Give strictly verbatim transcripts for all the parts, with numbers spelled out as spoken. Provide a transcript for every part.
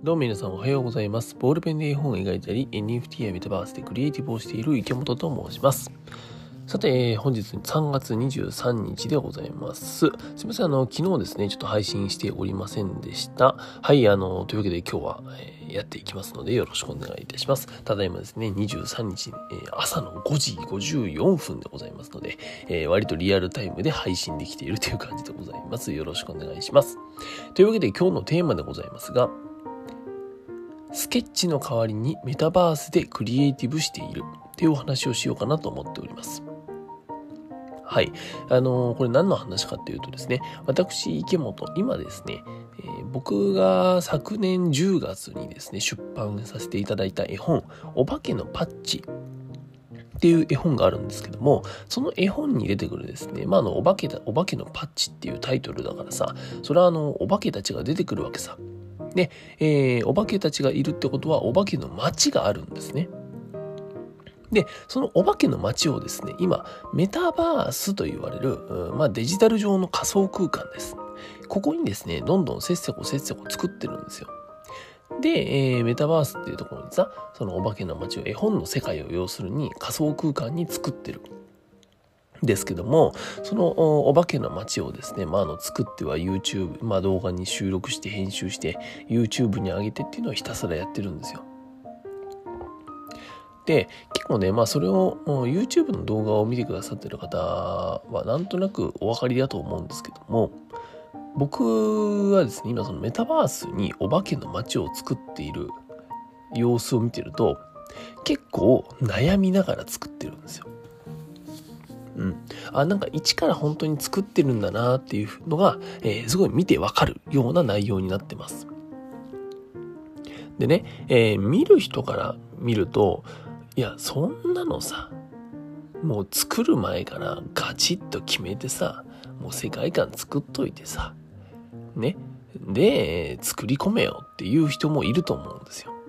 どうも皆さんおはようございます。ボールペンで絵本を描いたり エヌエフティー やメタバースでクリエイティブをしている池本と申します。さて、本日さんがつにじゅうさんにちでございます。すみません、あの、昨日ですね、ちょっと配信しておりませんでした。はい、あの、というわけで今日は、えー、やっていきますのでよろしくお願いいたします。ただいまですね、にじゅうさんにち、えー、朝のごじごじゅうよんぷんでございますので、えー、割とリアルタイムで配信できているという感じでございます。よろしくお願いします。というわけで今日のテーマでございますが、スケッチの代わりにメタバースでクリエイティブしているっていうお話をしようかなと思っております。はい。あのー、これ何の話かっていうとですね、私、池本、今ですね、えー、僕が昨年じゅうがつにですね、出版させていただいた絵本、お化けのパッチっていう絵本があるんですけども、その絵本に出てくるですね、まあ、あの、お化けだ、お化けのパッチっていうタイトルだからさ、それはあの、お化けたちが出てくるわけさ。で、えー、お化けたちがいるってことはお化けの街があるんですね。で、そのお化けの街をですね、今、メタバースと言われる、うんまあ、デジタル上の仮想空間です。ここにですね、どんどんせっせこせっせこ作ってるんですよ。で、えー、メタバースっていうところにさ、そのお化けの街を絵本の世界を要するに仮想空間に作ってる。ですけども、そのお化けの街をですね、まあ、あの作っては YouTube、まあ、動画に収録して編集して YouTube に上げてっていうのをひたすらやってるんですよ。で、結構ね、まあそれを YouTube の動画を見てくださってる方はなんとなくお分かりだと思うんですけども、僕はですね、今そのメタバースにお化けの街を作っている様子を見てると、結構悩みながら作ってるんですよ。うん、あなんか一から本当に作ってるんだなっていうのが、えー、すごい見てわかるような内容になってます。でね、えー、見る人から見ると、いやそんなのさ、もう作る前からガチッと決めてさ、もう世界観作っといてさ、ね、で作り込めよっていう人もいると思うんですよ。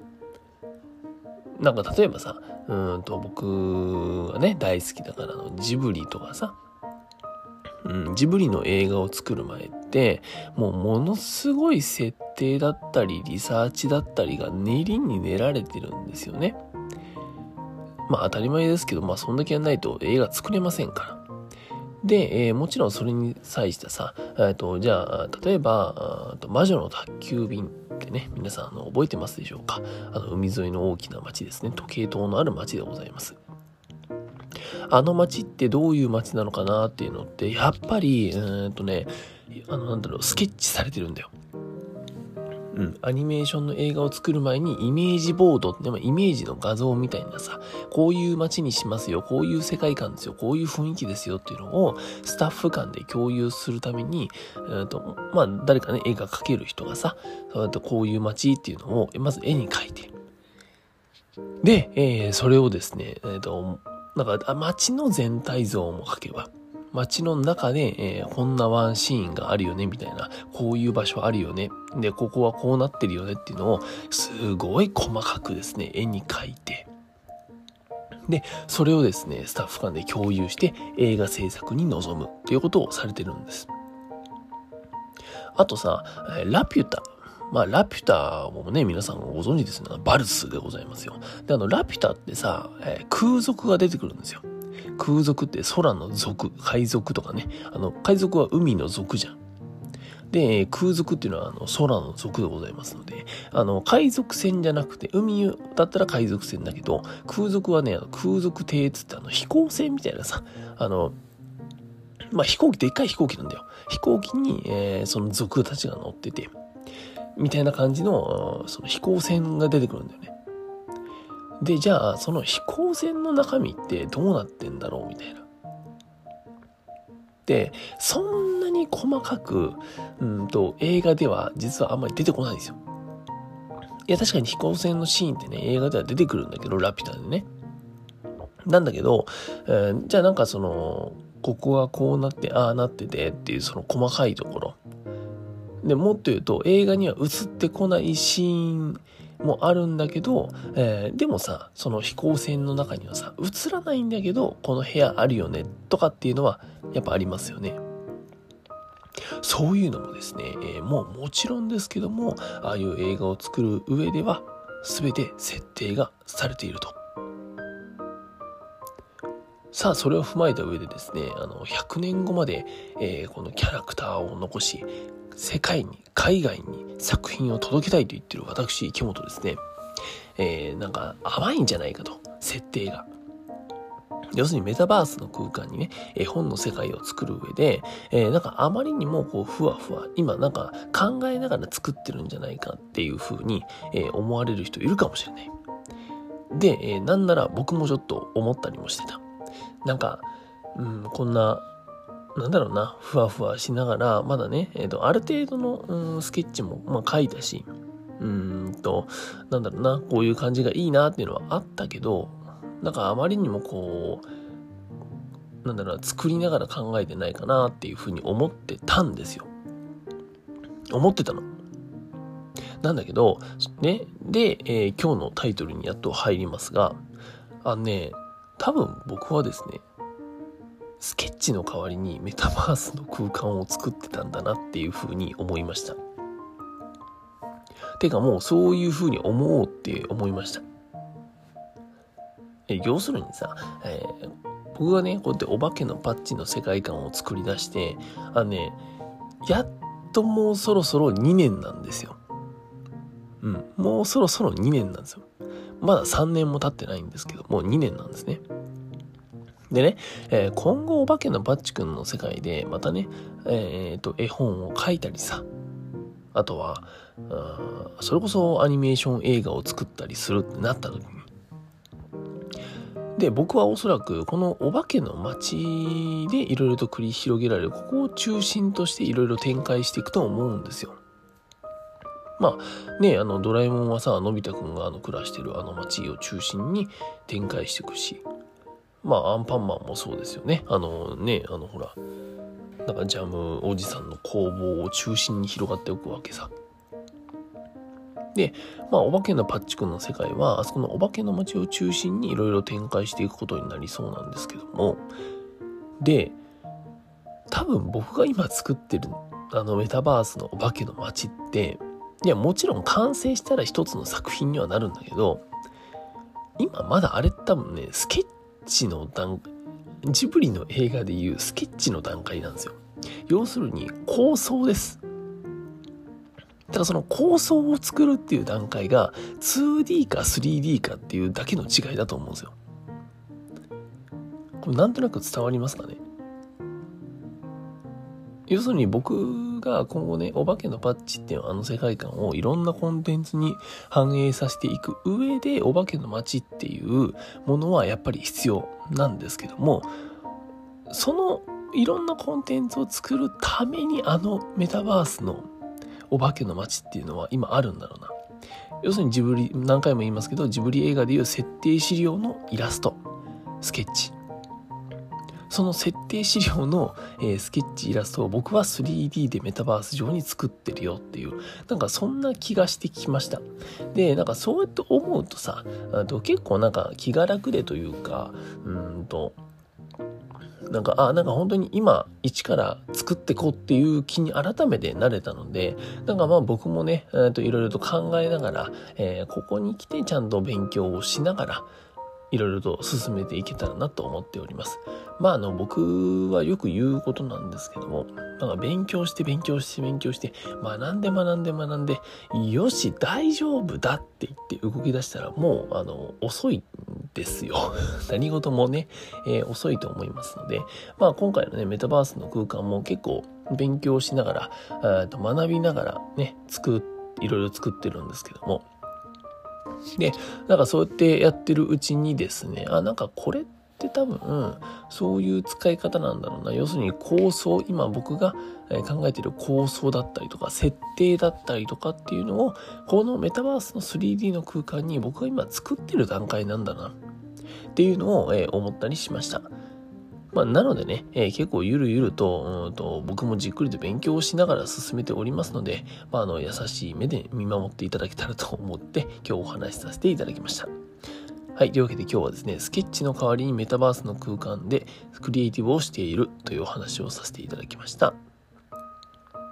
なんか例えばさ、うーんと僕がね大好きだからのジブリとかさ、うん、ジブリの映画を作る前ってもうものすごい設定だったりリサーチだったりが練りに練られてるんですよね。まあ当たり前ですけど、まあそんだけやんないと映画作れませんから。で、えー、もちろんそれに際してさ、えー、とじゃあ例えば魔女の宅急便ってね、皆さんあの覚えてますでしょうか。あの海沿いの大きな町ですね、時計塔のある町でございます。あの街ってどういう街なのかなっていうのってやっぱりうーんとねあのなんだろうスケッチされてるんだよ。うん、アニメーションの映画を作る前にイメージボードって、イメージの画像みたいなさ、こういう街にしますよ、こういう世界観ですよ、こういう雰囲気ですよっていうのをスタッフ間で共有するために、えーとまあ、誰かね絵が描ける人がさ、そうやってこういう街っていうのをまず絵に描いて、で、えー、それをですね、えーとなんか街の全体像も描けば、街の中で、えー、こんなワンシーンがあるよねみたいな、こういう場所あるよね、でここはこうなってるよねっていうのをすごい細かくですね絵に描いて、でそれをですねスタッフ間で共有して映画制作に臨むということをされてるんです。あとさ、ラピュタ、まあラピュタもね皆さんご存知ですね、バルスでございますよ。であのラピュタってさ、えー、空賊が出てくるんですよ。空賊って空の賊、海賊とかね、あの海賊は海の賊じゃん。で空賊っていうのはあの空の賊でございますので、あの海賊船じゃなくて海だったら海賊船だけど、空賊はねあの空賊艇つってあの飛行船みたいなさ、あのまあ飛行機、でっかい飛行機なんだよ。飛行機に、えー、その賊たちが乗っててみたいな感じのその飛行船が出てくるんだよね。でじゃあその飛行船の中身ってどうなってんだろうみたいな。でそんなに細かくうんと映画では実はあんまり出てこないんですよ。いや確かに飛行船のシーンってね映画では出てくるんだけど、ラピュタでね。なんだけど、えー、じゃあなんかそのここはこうなってああなっててっていうその細かいところで、もっと言うと映画には映ってこないシーンもあるんだけど、えー、でもさその飛行船の中にはさ映らないんだけどこの部屋あるよねとかっていうのはやっぱありますよね。 そういうのもですね、えー、もうもちろんですけども、ああいう映画を作る上では全て設定がされていると。さあそれを踏まえた上でですね、あのひゃくねんごまで、えー、このキャラクターを残し世界に海外に作品を届けたいと言ってる私池本ですね、えー、なんか甘いんじゃないかと、設定が。要するにメタバースの空間にね、絵本の世界を作る上で、えー、なんかあまりにもこうふわふわ、今なんか考えながら作ってるんじゃないかっていう風に、えー、思われる人いるかもしれない。で、えー、なんなら僕もちょっと思ったりもしてた。なんか、うん、こんな、なんだろうな、ふわふわしながら、まだね、えっと、ある程度の、うん、スケッチも、まあ、書いたし、うーんと、なんだろうな、こういう感じがいいなっていうのはあったけど、なんかあまりにもこう、なんだろうな、作りながら考えてないかなっていうふうに思ってたんですよ。思ってたの。なんだけど、ね、で、えー今日のタイトルにやっと入りますが、あのね、多分僕はですね、スケッチの代わりにメタバースの空間を作ってたんだなっていうふうに思いました。てかもうそういうふうに思おうって思いました。え要するにさ、えー、僕がね、こうやってお化けのパッチの世界観を作り出して、あのね、やっともうそろそろにねんなんですよ。うん、もうそろそろにねんなんですよ。まださんねんも経ってないんですけど、もうにねんなんですね。でね、えー、今後お化けのパッチくんの世界でまたね、えー、と絵本を描いたりさ、あとはあそれこそアニメーション映画を作ったりするってなった時に、で僕はおそらくこのお化けの街でいろいろと繰り広げられる、ここを中心としていろいろ展開していくと思うんですよ。まあね、あのドラえもんはさ、のび太くんがあの暮らしてるあの街を中心に展開していくし、まあアンパンマンもそうですよね。あのね、あのほら、なんかジャムおじさんの工房を中心に広がっておくわけさ。で、まあお化けのパッチくんの世界はあそこのお化けの街を中心にいろいろ展開していくことになりそうなんですけども、で、多分僕が今作ってるあのメタバースのお化けの街って、いやもちろん完成したら一つの作品にはなるんだけど、今まだあれ多分ね、スケッチの段階、ジブリの映画でいうスケッチの段階なんですよ。要するに構想です。だからその構想を作るっていう段階が ツーディー か スリーディー かっていうだけの違いだと思うんですよ。これなんとなく伝わりますかね。要するに僕が今後ね、お化けのパッチっていうあの世界観をいろんなコンテンツに反映させていく上で、お化けの街っていうものはやっぱり必要なんですけども、そのいろんなコンテンツを作るためにあのメタバースのお化けの街っていうのは今あるんだろうな。要するにジブリ、何回も言いますけど、ジブリ映画でいう設定資料のイラスト、スケッチ、その設定資料の、えー、スケッチイラストを僕は スリーディー でメタバース上に作ってるよっていう、なんかそんな気がしてきました。で、なんかそうやって思うとさ、あと結構なんか気が楽でというか、うーんとなんかあなんか本当に今一から作ってこうっていう気に改めてなれたので、なんかまあ僕もね、えー、といろいろと考えながら、えー、ここに来てちゃんと勉強をしながらいろいろと進めていけたらなと思っております。まああの僕はよく言うことなんですけども、なんか勉強して勉強して勉強して学んで学んで学んで、よし大丈夫だって言って動き出したらもうあの遅いんですよ。何事もね、えー、遅いと思いますので、まあ今回のねメタバースの空間も結構勉強しながら、あと学びながらね作いろいろ作ってるんですけども。で、なんかそうやってやってるうちにですね、あ、なんかこれって多分そういう使い方なんだろうな。要するに構想、今僕が考えている構想だったりとか設定だったりとかっていうのをこのメタバースの スリーディー の空間に僕が今作ってる段階なんだなっていうのを思ったりしました。まあ、なのでね、えー、結構ゆるゆると、うんと僕もじっくりと勉強をしながら進めておりますので、まあ、あの優しい目で見守っていただけたらと思って今日お話しさせていただきました。はい。というわけで今日はですね、スケッチの代わりにメタバースの空間でクリエイティブをしているというお話をさせていただきました。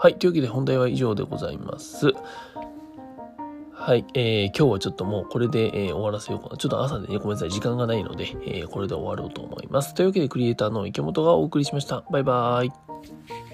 はい。というわけで本題は以上でございます。はい、えー、今日はちょっともうこれで、えー、終わらせようかな。ちょっと朝でね、ごめんなさい、時間がないので、えー、これで終わろうと思います。というわけでクリエイターの池本がお送りしました。バイバーイ。